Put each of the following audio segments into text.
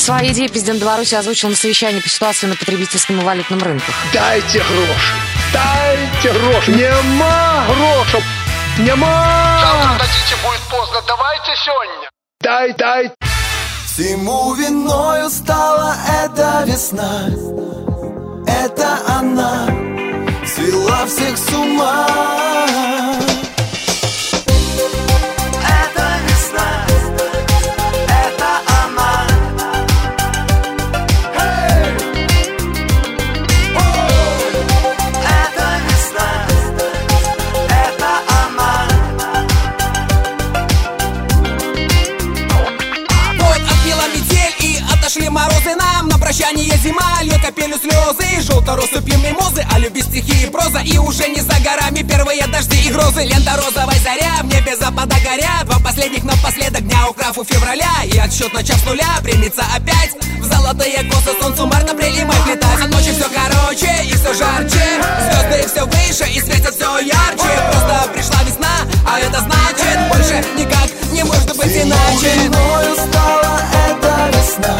Свои идеи президент Беларуси озвучил на совещании по ситуации на потребительском и валютном рынках. Дайте гроши, дайте гроши. Нема грошей, нема. Завтра дадите, будет поздно, давайте сегодня. Дай. Всему виною стала эта весна. Это она свела всех с ума. Морозы нам на прощание зима, льет капелью слезы, желто-россыпью мимозы, а любви стихи и проза, и уже не за горами первые дожди и грозы. Лента розовой заря, в небе запада горят, два последних напоследок дня украв у февраля, и отсчет начав с нуля примется опять в золотые косы солнцу март, апрель и май летать. А ночи все короче и все жарче, звезды все выше и светят все ярче. Просто пришла весна, а это значит больше никак не может быть иначе. Виною стала эта весна.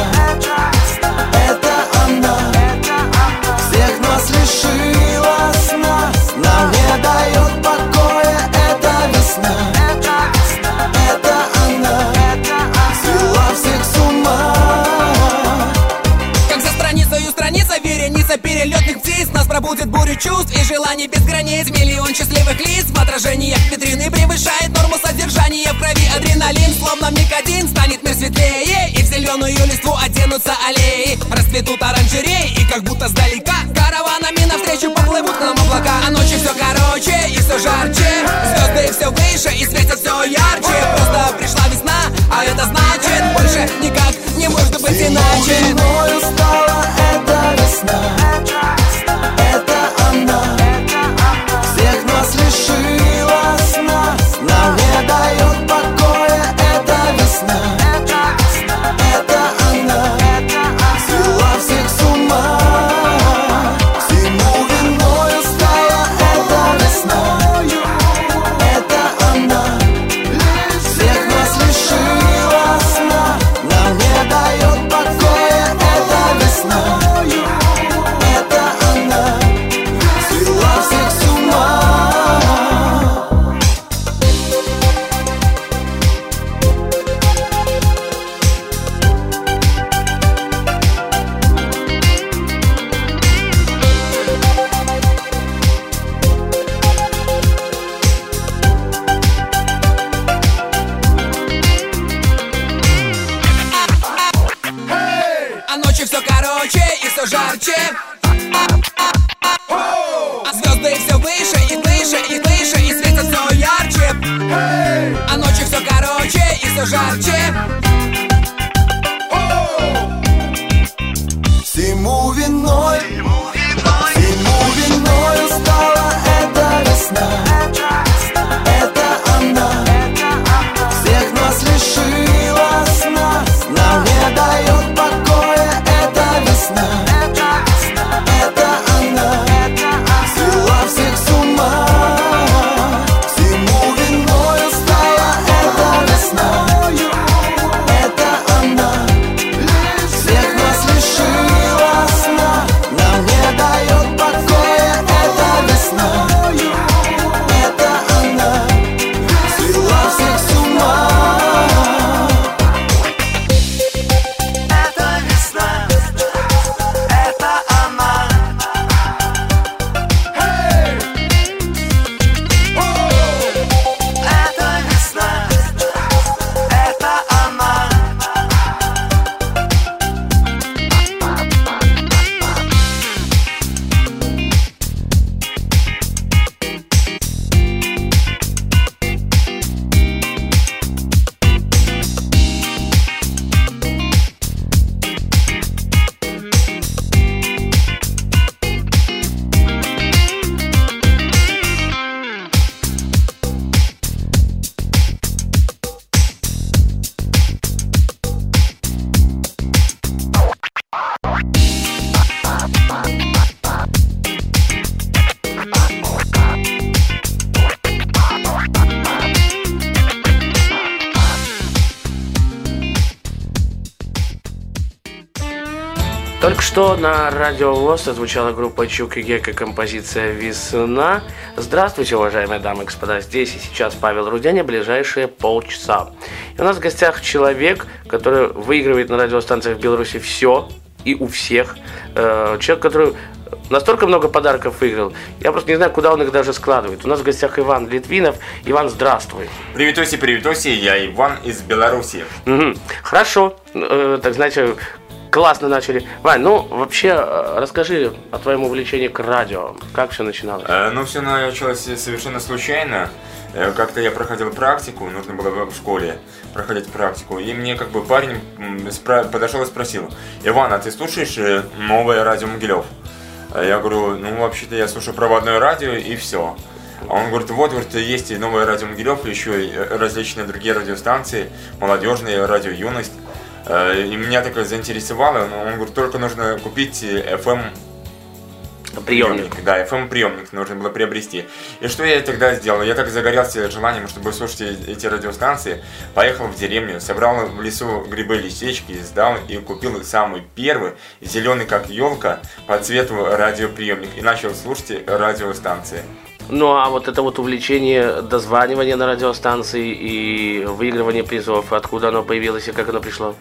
Это она всех нас лишила сна, нам не дает покоя эта весна. Это она свела всех с ума. Как за страницею страница, вереница перелетных птиц нас пробудет бурю чувств и желаний без границ. Миллион счастливых лиц в отражениях витрины превышает норму содержания. В крови адреналин, словно никотин, станет мир светлее, и в зеленую листву оденутся аллеи. Расцветут оранжереи, и как будто сдалека караванами навстречу поплывут к нам облака. А ночи все короче и все жарче, звезды все выше и светят все ярче. Просто пришла весна, а это значит больше никак не может быть иначе. Виною стала эта весна. Это она всех нас лишила сна, нам не дает покоя эта весна. Это она свела всех с ума. Всему виною стала эта весна. Это она всех нас лишила сна, нам не дает покоя эта весна. Это она свела всех с ума. А ночи все короче и все жарче, а звезды все выше и выше и выше и светят все ярче. А ночи все короче и все жарче. Всему виной стала эта весна. Это она всех нас лишила сна, нам не дает покоя эта весна. Только что на радио ВОС озвучала группа Чук и Гека композиция «Весна». Здравствуйте, уважаемые дамы и господа. Здесь и сейчас Павел Руденя, ближайшие полчаса. И у нас в гостях человек, который выигрывает на радиостанциях в Беларуси все и у всех. Человек, который настолько много подарков выиграл, я просто не знаю, куда он их даже складывает. У нас в гостях Иван Литвинов. Иван, здравствуй. Привет, я Иван из Беларуси. Угу. Хорошо. Так, значит, классно начали. Вань, ну, вообще, расскажи о твоем увлечении к радио. Как все начиналось? Все началось совершенно случайно. Как-то я проходил практику, нужно было в школе проходить практику. И мне как бы парень подошел и спросил: Иван, а ты слушаешь новое радио Могилев? Я говорю, ну, вообще-то я слушаю проводное радио и все. А он говорит, вот, есть и новое радио Могилев, еще и различные другие радиостанции, молодежные, радио Юность. И меня такое заинтересовало. Он говорит, только нужно купить FM приемник. Да, FM приемник нужно было приобрести. И что я тогда сделал? Я так загорелся желанием, чтобы слушать эти радиостанции. Поехал в деревню, собрал в лесу грибы, листечки, сдал и купил самый первый, зеленый как елка, по цвету радиоприемник. И начал слушать радиостанции. Ну, а вот это вот увлечение дозванивания на радиостанции и выигрывание призов, откуда оно появилось и как оно пришло?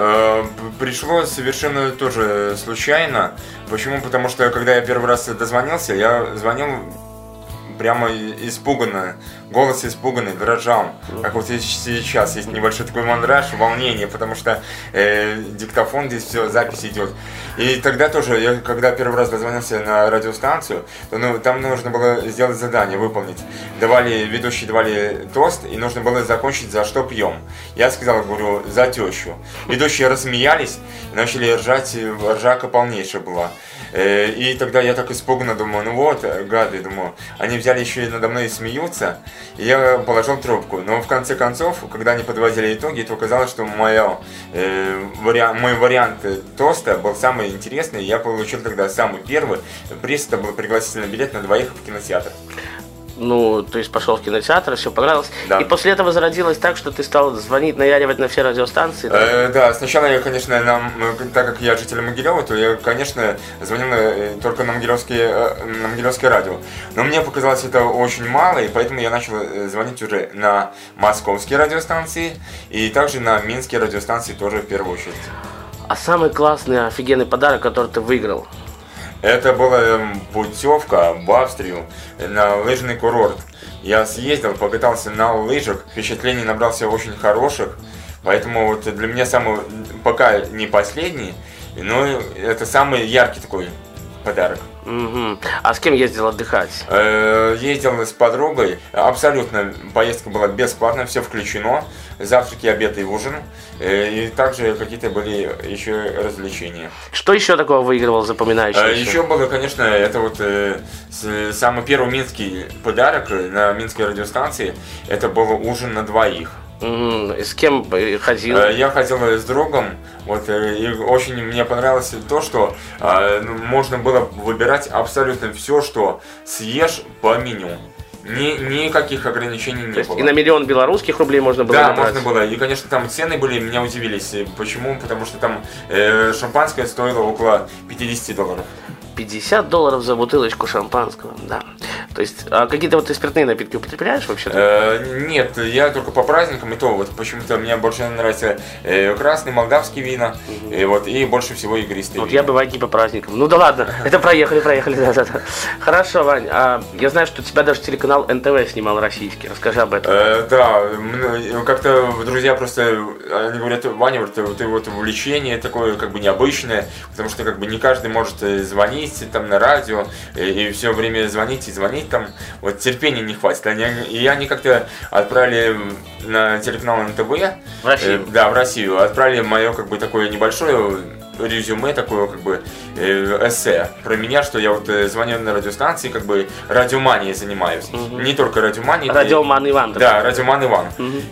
Пришло совершенно тоже случайно. Почему? Потому что, когда я первый раз дозвонился, я звонил прямо испуганно, голос испуганный, дрожал. Как вот сейчас есть небольшой такой мандраж, волнение, потому что диктофон, здесь все, запись идет. И тогда тоже, я когда первый раз дозвонился на радиостанцию, то там нужно было сделать задание, выполнить. Ведущие давали тост, и нужно было закончить «За что пьем?». Я сказал, говорю, «За тещу». Ведущие рассмеялись, начали ржать, ржака полнейшая была. И тогда я так испуганно думаю, ну вот, гады, думаю, они взяли еще и надо мной и смеются, и я положил трубку. Но в конце концов, когда они подводили итоги, то оказалось, что мой вариант тоста был самый интересный, и я получил тогда самый первый приз, это был пригласительный билет на двоих в кинотеатр. Ну, то есть пошел в кинотеатр, все понравилось. Да. И после этого зародилось так, что ты стал звонить, наяривать на все радиостанции. Да, да, сначала я, конечно, так как я житель Могилева, то я, конечно, звонил только на Могилевское радио. Но мне показалось это очень мало, и поэтому я начал звонить уже на московские радиостанции и также на минские радиостанции тоже в первую очередь. А самый классный, офигенный подарок, который ты выиграл? Это была путевка в Австрию на лыжный курорт. Я съездил, покатался на лыжах, впечатлений набрался очень хороших. Поэтому вот для меня самый, пока не последний, но это самый яркий такой подарок. Угу. А с кем ездил отдыхать? Ездил с подругой. Абсолютно поездка была бесплатная, все включено. Завтраки, обед и ужин. И также какие-то были еще развлечения. Что еще такого выигрывал запоминающегося? Еще было, конечно, это вот самый первый минский подарок на минской радиостанции. Это был ужин на двоих. С кем ходил? Я ходил с другом. Вот, и очень мне понравилось то, что можно было выбирать абсолютно все, что съешь по меню. Никаких ограничений не было. И на 1 000 000 белорусских рублей можно было набрать? Да, набрать. можно было. И, конечно, там цены были, меня удивились. Почему? Потому что там шампанское стоило около $50. $50 за бутылочку шампанского, да. То есть, а какие-то вот ты спиртные напитки употребляешь вообще-то? Нет, я только по праздникам, и то вот почему-то мне больше нравятся красные, молдавские вина, и больше всего игристые Вот вина. я бываю не по праздникам. Ну да ладно, это проехали, да. Хорошо, Вань, я знаю, что тебя даже телеканал НТВ снимал российский, расскажи об этом. Да, как-то друзья просто, они говорят, Ваня, ты вот увлечение такое как бы необычное, потому что как бы не каждый может звонить там на радио и все время звонить там, вот терпения не хватит. И они как-то отправили на телеканал НТВ в Россию. Да, в Россию. Отправили мое как бы такое небольшое резюме, такое как бы эссе про меня, что я вот звоню на радиостанции, как бы радиоманией занимаюсь. Не только радиоманией. Радиоман Иван. Да, радиоман Иван.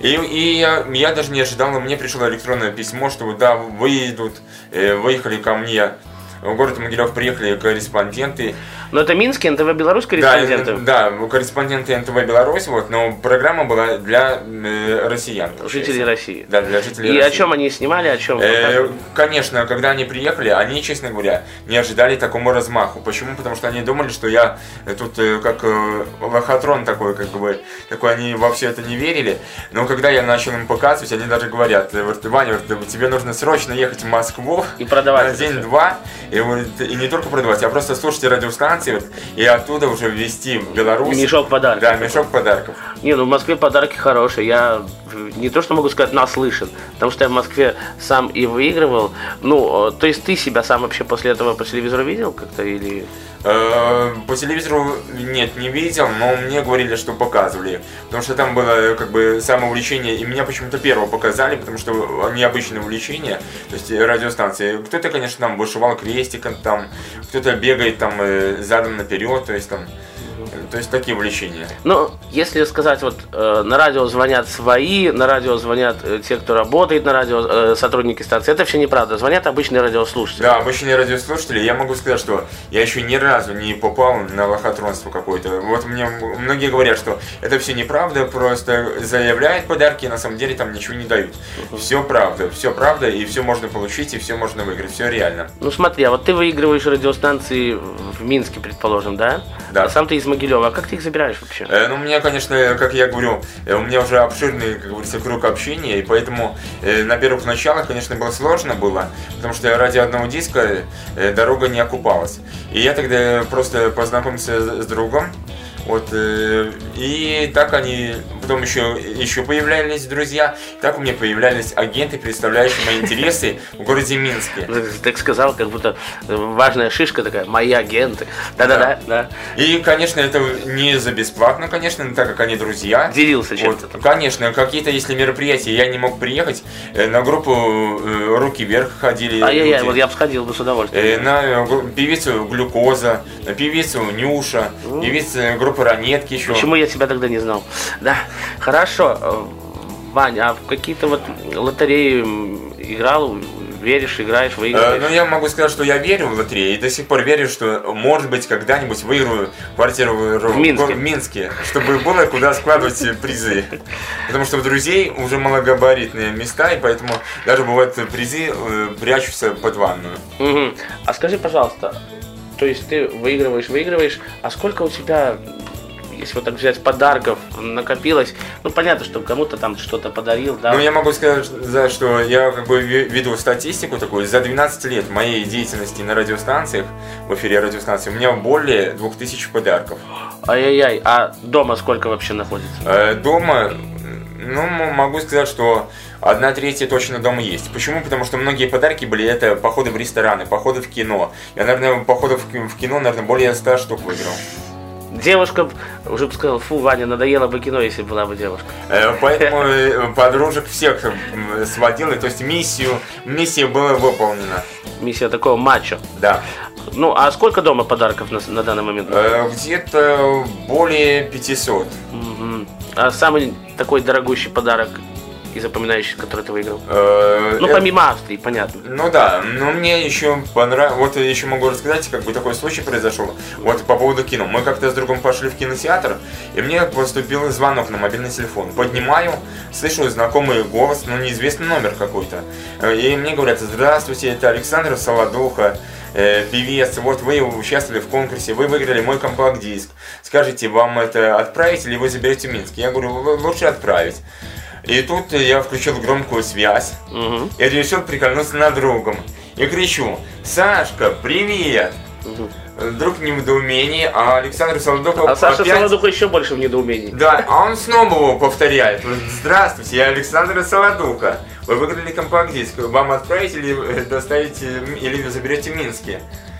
И я даже не ожидал, но мне пришло электронное письмо, что да, выехали ко мне в город Могилев приехали корреспонденты. Но это Минский, НТВ Беларусь корреспонденты? Да, корреспонденты НТВ Беларусь, вот, но программа была для россиян. Жителей России. Да, для жителей России. И о чем они снимали, о чем? Конечно, когда они приехали, они, честно говоря, не ожидали такому размаху. Почему? Потому что они думали, что я тут как лохотрон такой, как бы, такой, они во все это не верили. Но когда я начал им показывать, они даже говорят: Ваня, тебе нужно срочно ехать в Москву и продавать на день-два, и не только продавать, а просто слушать радиостанции и оттуда уже ввести в Беларусь. Мешок подарков. Да, мешок подарков. Не, ну в Москве подарки хорошие. Я не то, что могу сказать, наслышан, потому что я в Москве сам и выигрывал. Ну, то есть ты себя сам вообще после этого по телевизору видел как-то или... По телевизору нет, не видел, но мне говорили, что показывали. Потому что там было как бы самоувлечение, и меня почему-то первого показали, потому что необычное увлечение, то есть радиостанции. Кто-то, конечно, там вышивал крестиком, там, кто-то бегает там задом наперед, то есть такие увлечения. Ну, если сказать, вот на радио звонят свои, на радио звонят те, кто работает на радио, сотрудники станции, это все неправда. Звонят обычные радиослушатели. Да, обычные радиослушатели. Я могу сказать, что я еще ни разу не попал на лохотронство какое-то. Вот мне многие говорят, что это все неправда, просто заявляют подарки, и на самом деле там ничего не дают. Все правда, и все можно получить, и все можно выиграть, все реально. Ну смотри, а вот ты выигрываешь радиостанции в Минске, предположим, да? Да. А сам ты из Могилева. А как ты их забираешь вообще? Ну, у меня, конечно, как я говорю, у меня уже обширный, как говорится, круг общения, и поэтому на первых началах, конечно, сложно было, потому что ради одного диска дорога не окупалась. И я тогда просто познакомился с другом, вот, и так они потом еще появлялись друзья, так у меня появлялись агенты, представляющие мои интересы в городе Минске. Так сказал, как будто важная шишка такая, мои агенты. Да. И, конечно, это не за бесплатно, конечно, так как они друзья. Делился чем-то там. Конечно, какие-то, если мероприятия, я не мог приехать, на группу «Руки вверх» ходили. Ай-яй-яй, вот я бы сходил бы с удовольствием. На певицу «Глюкоза», на певицу «Нюша», певица группы «Ранетки» еще. Почему я тебя тогда не знал? Да, хорошо. Вань, а в какие-то вот лотереи играл, веришь, играешь, выигрываешь? Ну, я могу сказать, что я верю в лотерею и до сих пор верю, что, может быть, когда-нибудь выиграю квартиру в Минске, чтобы было куда складывать призы. Потому что у друзей уже малогабаритные места, и поэтому даже бывают призы прячутся под ванную. Угу. А скажи, пожалуйста, то есть ты выигрываешь, а сколько у тебя, если вот так взять, подарков накопилось? Ну, понятно, что кому-то там что-то подарил, да? Ну, я могу сказать, что я как бы веду статистику такую. За 12 лет моей деятельности на радиостанциях, в эфире радиостанции, у меня более 2000 подарков. Ай-яй-яй, а дома сколько вообще находится? Дома, ну, могу сказать, что 1/3 точно дома есть. Почему? Потому что многие подарки были, это походы в рестораны, походы в кино. Я, наверное, походов в кино, наверное, более 100 штук выиграл. Девушка уже бы сказала: фу, Ваня, надоело бы кино, если была бы девушка. Поэтому подружек всех сводил, то есть миссия была выполнена. Миссия такого мачо. Да. Ну, а сколько дома подарков на данный момент? Где-то более 500. Угу. А самый такой дорогущий подарок и запоминающий, который ты выиграл? Ну, помимо Австрии, понятно. Ну да, но мне еще понравилось. Вот еще могу рассказать, как бы такой случай произошел. Вот по поводу кино. Мы как-то с другом пошли в кинотеатр, и мне поступил звонок на мобильный телефон. Поднимаю, слышу знакомый голос, но неизвестный номер какой-то. И мне говорят: здравствуйте, это Александр Солодуха, певец, вот вы участвовали в конкурсе, вы выиграли мой компакт-диск. Скажите, вам это отправить или вы заберете в Минск? Я говорю: лучше отправить. И тут я включил громкую связь и решил прикольнуться над другом. И кричу: Сашка, привет! Друг не в недоумении, а Александр Солодуха... А Саша Солодуха еще больше в недоумении. Да, а он снова его повторяет: здравствуйте, я Александр Солодуха. Вы выиграли компакт-диск, вам отправить или доставить, или заберете в Минске?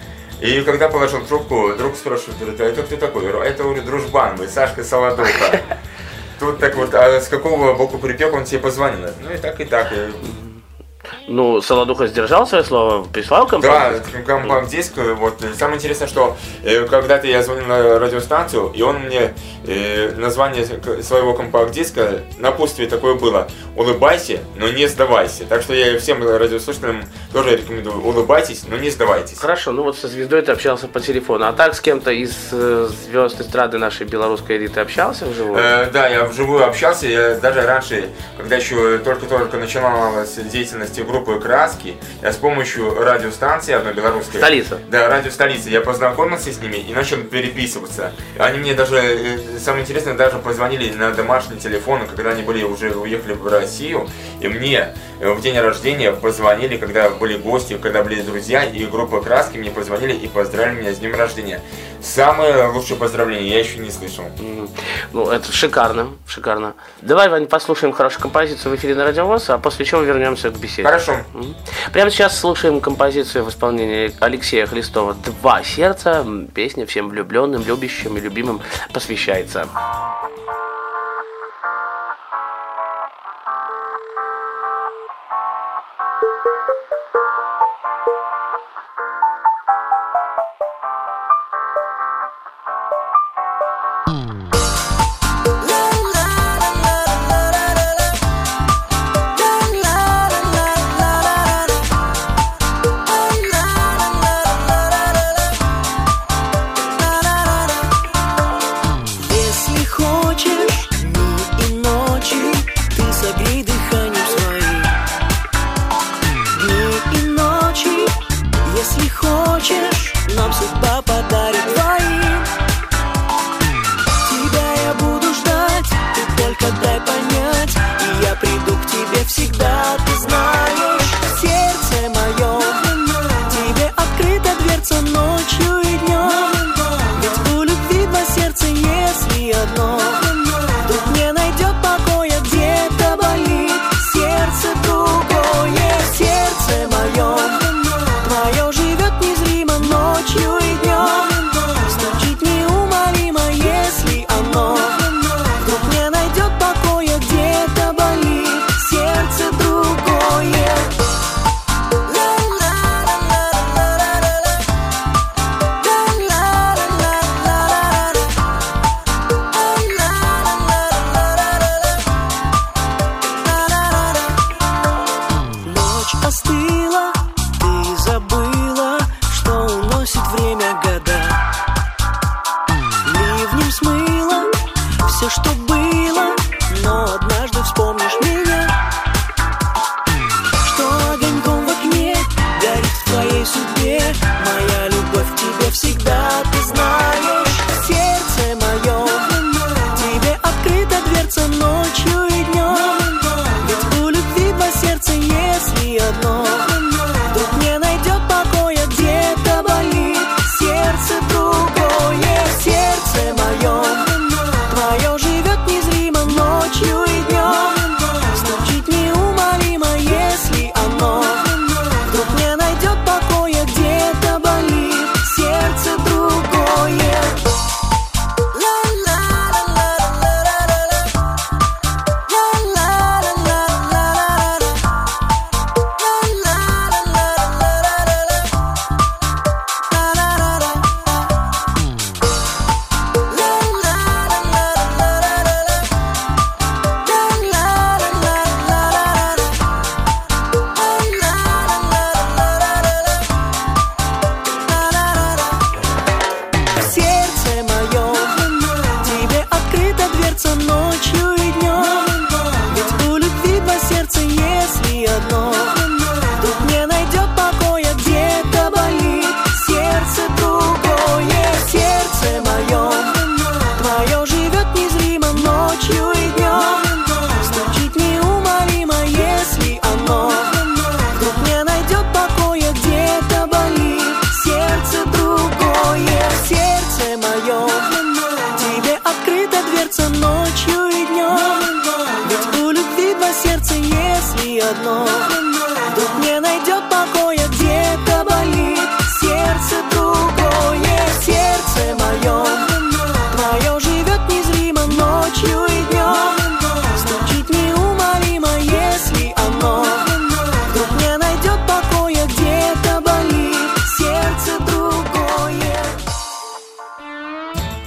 И когда положил трубку, друг спрашивает: это кто такой? Это уже дружбан мой, Сашка Солодуха. Тут так вот, а с какого боку припек он тебе позвонил? Ну и так, и так. Ну, Солодуха сдержал свое слово, прислал компакт-диск? Да, компакт-диск. Вот. Самое интересное, что когда-то я звонил на радиостанцию, и он мне название своего компакт-диска, напутствие такое было: улыбайся, но не сдавайся. Так что я всем радиослушателям тоже рекомендую: улыбайтесь, но не сдавайтесь. Хорошо, ну вот со звездой ты общался по телефону, а так с кем-то из звезд эстрады нашей белорусской элиты общался вживую? Да, я вживую общался. Я даже раньше, когда еще только-только начиналась деятельность группы «Краски», я с помощью радиостанции одной белорусской... Столица. Да, радио «Столица». Я познакомился с ними и начал переписываться. Они мне даже, самое интересное, даже позвонили на домашний телефон, когда они уже уехали в Россию. И мне в день рождения позвонили, когда были гости, когда были друзья, и группа «Краски» мне позвонили и поздравили меня с днем рождения. Самое лучшее поздравление я еще не слышал. Ну, это шикарно, шикарно. Давай, Вань, послушаем хорошую композицию в эфире на Радио ВОС, а после чего вернемся к беседе. Хорошо. Прямо сейчас слушаем композицию в исполнении Алексея Хлестова «Два сердца». Песня всем влюбленным, любящим и любимым посвящается. Остыла, ты забыла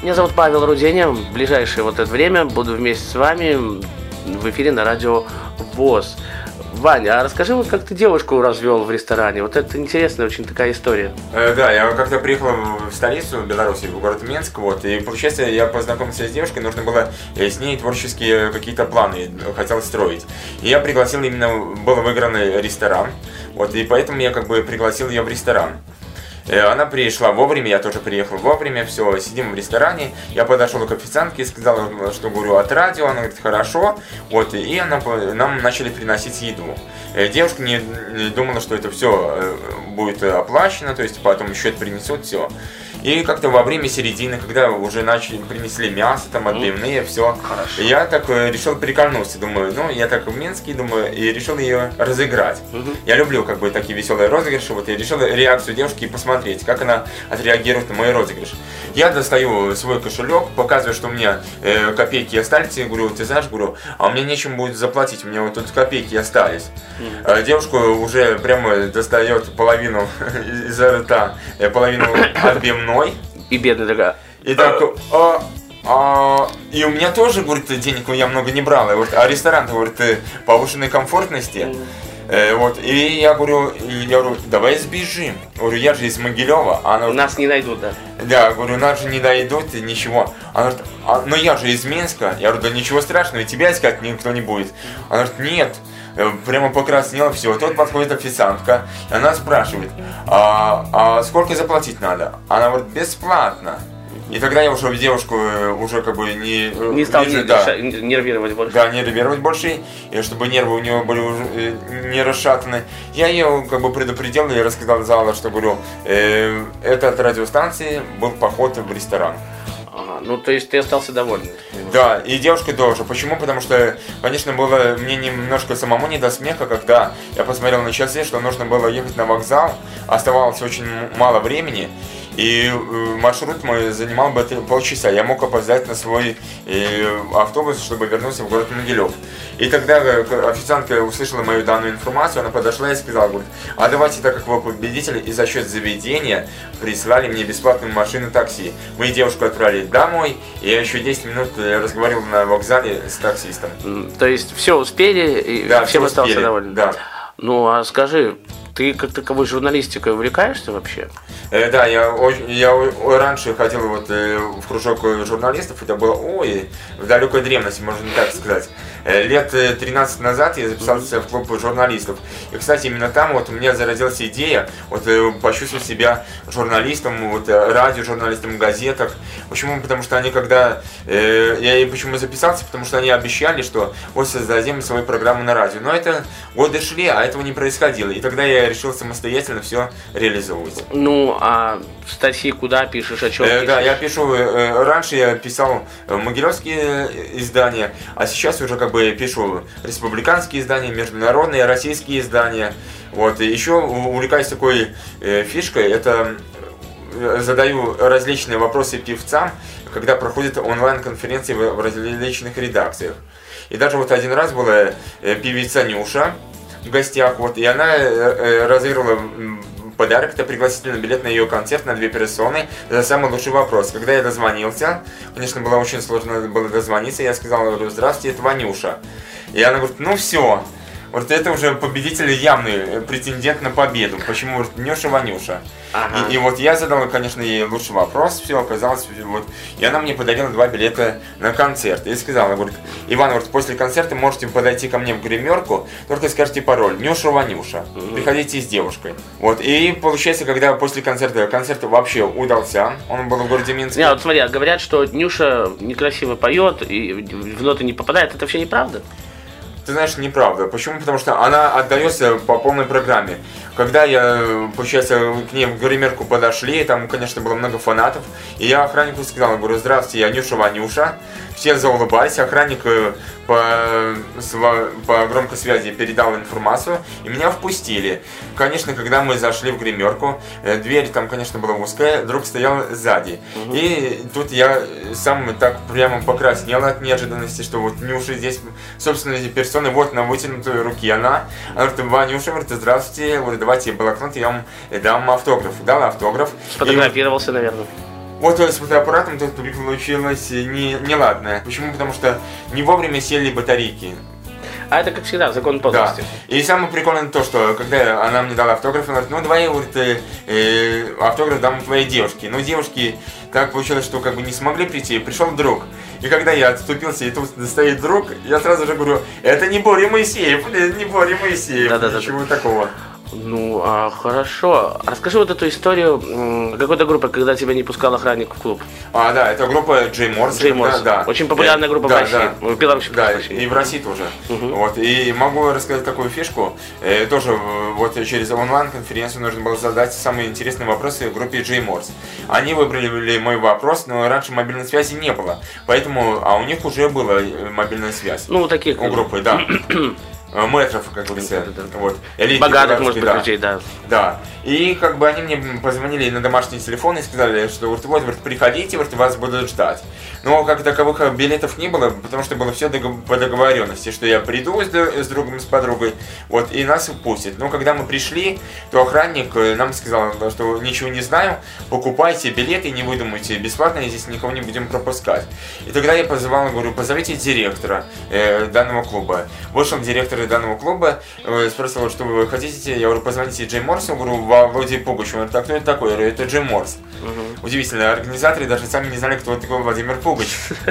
Меня зовут Павел Руденя. В ближайшее вот это время буду вместе с вами в эфире на радио ВОС. Ваня, а расскажи, вот как ты девушку развел в ресторане? Вот это интересная очень такая история. Да, я как-то приехал в столицу Беларуси, в город Минск, вот, и получается, я познакомился с девушкой, нужно было с ней творческие какие-то планы хотел строить. И я пригласил именно, был выигран ресторан, вот, и поэтому я как бы пригласил ее в ресторан. Она пришла вовремя, я тоже приехал вовремя, все, сидим в ресторане, я подошел к официантке и сказал, что говорю от радио, она говорит, хорошо, вот, и нам начали приносить еду. Девушка не думала, что это все будет оплачено, то есть потом счет принесут, все. И как-то во время середины, когда уже принесли мясо, там, отбивные, все, я так решил прикольнуться, думаю, ну, я так в Минске, думаю, и решил ее разыграть. Я люблю, как бы, такие веселые розыгрыши, вот, я решил реакцию девушки посмотреть, как она отреагирует на мой розыгрыш. Я достаю свой кошелек, показываю, что у меня копейки остались, и говорю, ты знаешь, говорю, а у меня нечем будет заплатить, у меня вот тут копейки остались. Девушка уже прямо достает половину изо рта, половину отбивной. И бедная такая. И так, и у меня тоже, говорит, денег я много не брал, а ресторан, говорит, повышенной комфортности. Вот, и я говорю, давай сбежим. Говорю, я же из Могилева. Она, нас не найдут, да? Да, говорю, нас же не найдут, ничего. Она говорит, но я же из Минска. Я говорю, да ничего страшного, тебя искать никто не будет. Она говорит, нет. Прямо покраснела, все. Тут подходит официантка, и она спрашивает, а сколько заплатить надо? Она говорит, бесплатно. И тогда я уже девушку уже как бы не стал нервировать больше. Да, нервировать больше, и чтобы нервы у нее были уже не расшатаны. Я ее как бы предупредил и рассказал, что говорю, это от радиостанции был поход в ресторан. Ага, ну то есть ты остался доволен. Да, и девушка тоже. Почему? Потому что, конечно, было мне немножко самому не до смеха, когда я посмотрел на часы, что нужно было ехать на вокзал, оставалось очень мало времени, и маршрут мой занимал бы полчаса. Я мог опоздать на свой автобус, чтобы вернуться в город Могилев. И тогда официантка услышала мою данную информацию, она подошла и сказала, говорит, а давайте, так как вы победитель, и за счет заведения прислали мне бесплатную машину такси. Мы девушку отправили домой, и я еще 10 минут разговаривал на вокзале с таксистом. То есть все успели, и да, всем остался доволен? Да. Ну, а скажи, ты как таковой журналистикой увлекаешься вообще? Да, я раньше ходил вот в кружок журналистов, это было, в далекой древности, можно так сказать. Лет 13 назад я записался в клуб журналистов. И, кстати, именно там вот у меня зародилась идея почувствовать себя журналистом, радиожурналистом в газетах. Почему? Потому что они когда... Я почему записался? Потому что они обещали, что вот создадим свою программу на радио. Но это годы шли, а этого не происходило. И тогда я решил самостоятельно все реализовывать. Ну, а статьи куда пишешь, о чем пишешь? Да, я пишу... Раньше я писал могилевские издания, а сейчас уже как бы пишу республиканские издания, международные, российские издания. Вот. И еще увлекаюсь такой фишкой, это задаю различные вопросы певцам, когда проходят онлайн-конференции в различных редакциях. И даже вот один раз была певица Нюша в гостях, вот, и она разыгрывала подарок, это пригласительный билет на ее концерт на 2 персоны за самый лучший вопрос. Когда я дозвонился, конечно, было очень сложно было дозвониться, я сказал, говорю, здравствуйте, это Ванюша. И она говорит, ну все, вот это уже победитель явный, претендент на победу. Почему? Говорит, Нюша, Ванюша. Ага. И вот я задал, конечно, ей лучший вопрос, все оказалось, вот, и она мне подарила 2 билета на концерт. И сказала, говорит, Иван, говорит, после концерта можете подойти ко мне в гримерку, только скажите пароль, Нюша, Ванюша. Приходите с девушкой. Вот, и получается, когда после концерт вообще удался, он был в городе Минске. Не, вот смотри, говорят, что Нюша некрасиво поет и в ноты не попадает, это вообще неправда? Ты знаешь, неправда. Почему? Потому что она отдается по полной программе. Когда я, получается, к ней в гримерку подошли, там, конечно, было много фанатов, и я охраннику сказал, говорю, здравствуйте, я Нюша Ванюша. Все заулыбались, охранник по громкой связи передал информацию, и меня впустили. Конечно, когда мы зашли в гримерку, дверь там, конечно, была узкая, друг стоял сзади. И тут я сам так прямо покраснел от неожиданности, что вот Нюша здесь, собственно, персоны, вот на вытянутой руке она говорит, Ванюша, говорит, здравствуйте, говорит, давайте блокнот, я вам дам автограф. Дал автограф. Сфотографировался, наверное. Вот с фотоаппаратом тут получилось неладное. Почему? Потому что не вовремя сели батарейки. А это, как всегда, закон подлости. Да. И самое прикольное то, что когда она мне дала автограф, она говорит, ну давай автограф дам твоей девушке. Но девушки так получилось, что как бы не смогли прийти, пришел друг. И когда я отступился, и тут стоит друг, я сразу же говорю, это не Боря Моисеев, не Боря Моисеев, ничего такого. Ну, хорошо. Расскажи вот эту историю какой-то группы, когда тебя не пускал охранник в клуб. Да, это группа Джей Морс. Джей Морс. Да. Очень популярная группа в России. В Беларуси. Да, и в России тоже. Вот. И могу рассказать такую фишку. Тоже вот через онлайн-конференцию нужно было задать самые интересные вопросы группе Джей Морс. Они выбрали мой вопрос, но раньше мобильной связи не было. Поэтому, у них уже была мобильная связь. Ну, таких. У группы, да. Мэтров, как говорится, вот. Богатых, может быть, людей, да. Да. И как бы они мне позвонили на домашний телефон и сказали, что вот, приходите, вас будут ждать. Но как таковых билетов не было, потому что было все по договоренности, что я приду с другом, с подругой, вот, и нас пустят. Но когда мы пришли, то охранник нам сказал, что ничего не знаю, покупайте билеты, не выдумайте, бесплатно здесь никого не будем пропускать. И тогда я позвал, говорю, позовите директора данного клуба. Вышел директор данного клуба, спросил, что вы хотите, я говорю, позвоните Джей Морсу, говорю, Володе Пугачу. Он говорит, а кто это такой? Я говорю, это Джей Морс. Удивительно, организаторы даже сами не знали, кто такой Владимир Пугач.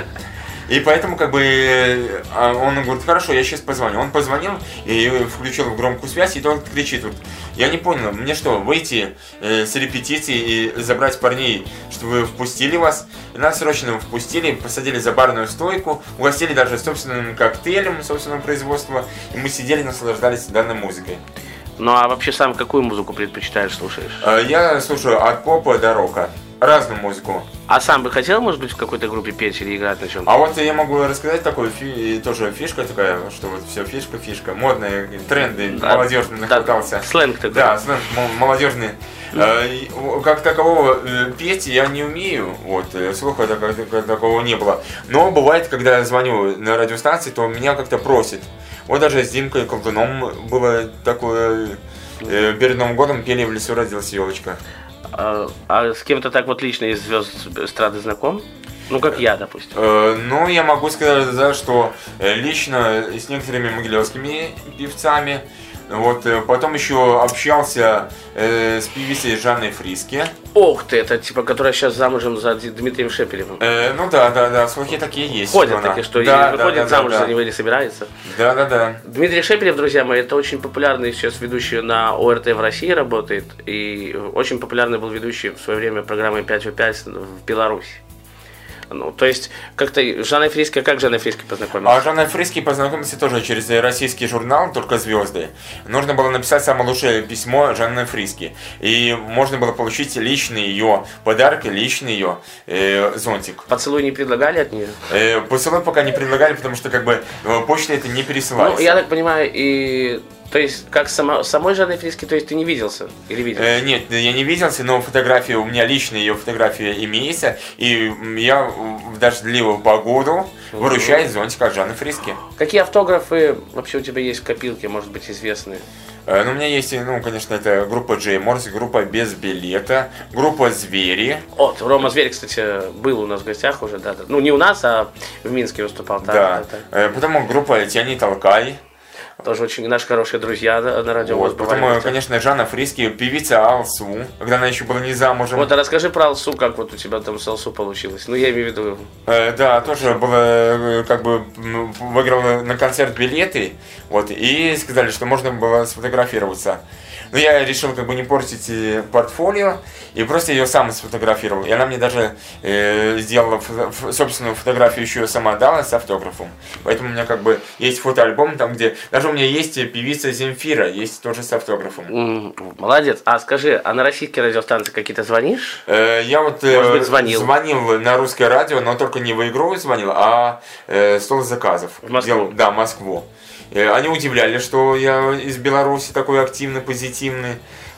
И поэтому, как бы, он говорит, хорошо, я сейчас позвоню. Он позвонил и включил в громкую связь, и тот кричит, вот, я не понял, мне что, выйти с репетиции и забрать парней, чтобы впустили вас? И нас срочно впустили, посадили за барную стойку, угостили даже собственным коктейлем собственного производства, и мы сидели, наслаждались данной музыкой. Ну а вообще сам какую музыку предпочитаешь, слушаешь? Я слушаю от попа до рока. Разную музыку. А сам бы хотел, может быть, в какой-то группе петь или играть на чем-то? А вот я могу рассказать такую тоже фишка такая, что вот все фишка, модные тренды, да, молодежный нахватался. Сленг такой. Да, сленг молодежный. Как такового петь я не умею, вот, слуха такого не было. Но бывает, когда я звоню на радиостанции, то меня как-то просят. Вот даже с Димкой Колдуном было такое, перед Новым годом пели «В лесу родилась елочка». А с кем-то так вот лично из звезд эстрады знаком? Ну, как я, допустим. Ну, я могу сказать, да, что лично с некоторыми могилевскими певцами. Вот, потом еще общался с певицей Жанной Фриске. Ох ты, это типа, которая сейчас замужем за Дмитрием Шепелевым. Ну да, слухи такие есть. Ходят такие, что да, выходит замуж за него или собирается. Да. Дмитрий Шепелев, друзья мои, это очень популярный сейчас ведущий на ОРТ в России работает. И очень популярный был ведущий в свое время программы 5в5 в Беларуси. Ну, то есть, как-то Жанна Фриски, как Жанна Фриски познакомился? Жанна Фриски познакомился тоже через российский журнал «Только звезды». Нужно было написать самое лучшее письмо Жанны Фриски. И можно было получить личный ее подарок, личный ее зонтик. Поцелуй не предлагали от нее? Поцелуй пока не предлагали, потому что как бы почта это не пересылается. Ну, я так понимаю, и... То есть, как самой Жанны Фриски, то есть ты не виделся? Или виделся? Нет, я не виделся, но фотография, у меня личная ее фотография имеется. И я в дождливую погоду выручаю зонтик от Жанны Фриски. Какие автографы вообще у тебя есть в копилке, может быть, известные? Ну, у меня есть, конечно, это группа Джей Морс, группа Без билета, группа Звери. Вот, Рома Зверь, кстати, был у нас в гостях уже, да. Ну, не у нас, а в Минске выступал. Да. Потом группа Тяни Толкай. Тоже очень наши хорошие друзья на радио. Вот, потом, конечно, Жанна Фриски, певица Алсу, когда она еще была не замужем. Вот, а расскажи про Алсу, как вот у тебя там с Алсу получилось. Ну, я имею в виду... Да, тоже было, как бы, выиграла на концерт билеты, вот, и сказали, что можно было сфотографироваться. Но я решил как бы не портить портфолио и просто ее сам сфотографировал. И она мне даже сделала собственную фотографию, еще сама дала с автографом. Поэтому у меня как бы есть фотоальбом, там где... Даже у меня есть певица Земфира, есть тоже с автографом. Молодец. А скажи, а на российские радиостанции какие-то звонишь? Я вот может быть, звонил на русское радио, но только не в игру звонил, а стол заказов. В Москву? Да, в Москву. Они удивляли, что я из Беларуси такой активный, позитивный.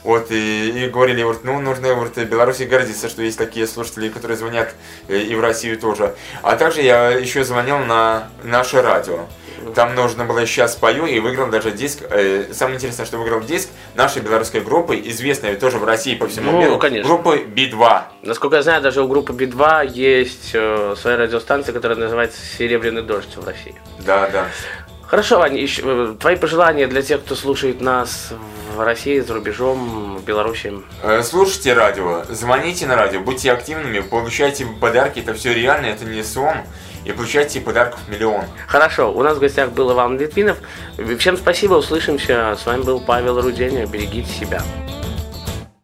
Вот, и говорили, вот, ну, нужно вот, Беларуси гордиться, что есть такие слушатели, которые звонят и в Россию тоже. А также я еще звонил на наше радио. Там нужно было «Сейчас спою» и выиграл даже диск. Самое интересное, что выиграл диск нашей белорусской группы, известной тоже в России по всему миру, конечно. группы Би-2. Насколько я знаю, даже у группы Би-2 есть своя радиостанция, которая называется «Серебряный дождь» в России. Да, да. Хорошо, Ваня, твои пожелания для тех, кто слушает нас в России, за рубежом, в Беларуси? Слушайте радио, звоните на радио, будьте активными, получайте подарки, это все реально, это не сон. И получайте подарков миллион. Хорошо, у нас в гостях был Иван Литвинов. Всем спасибо, услышимся. С вами был Павел Руденя. Берегите себя.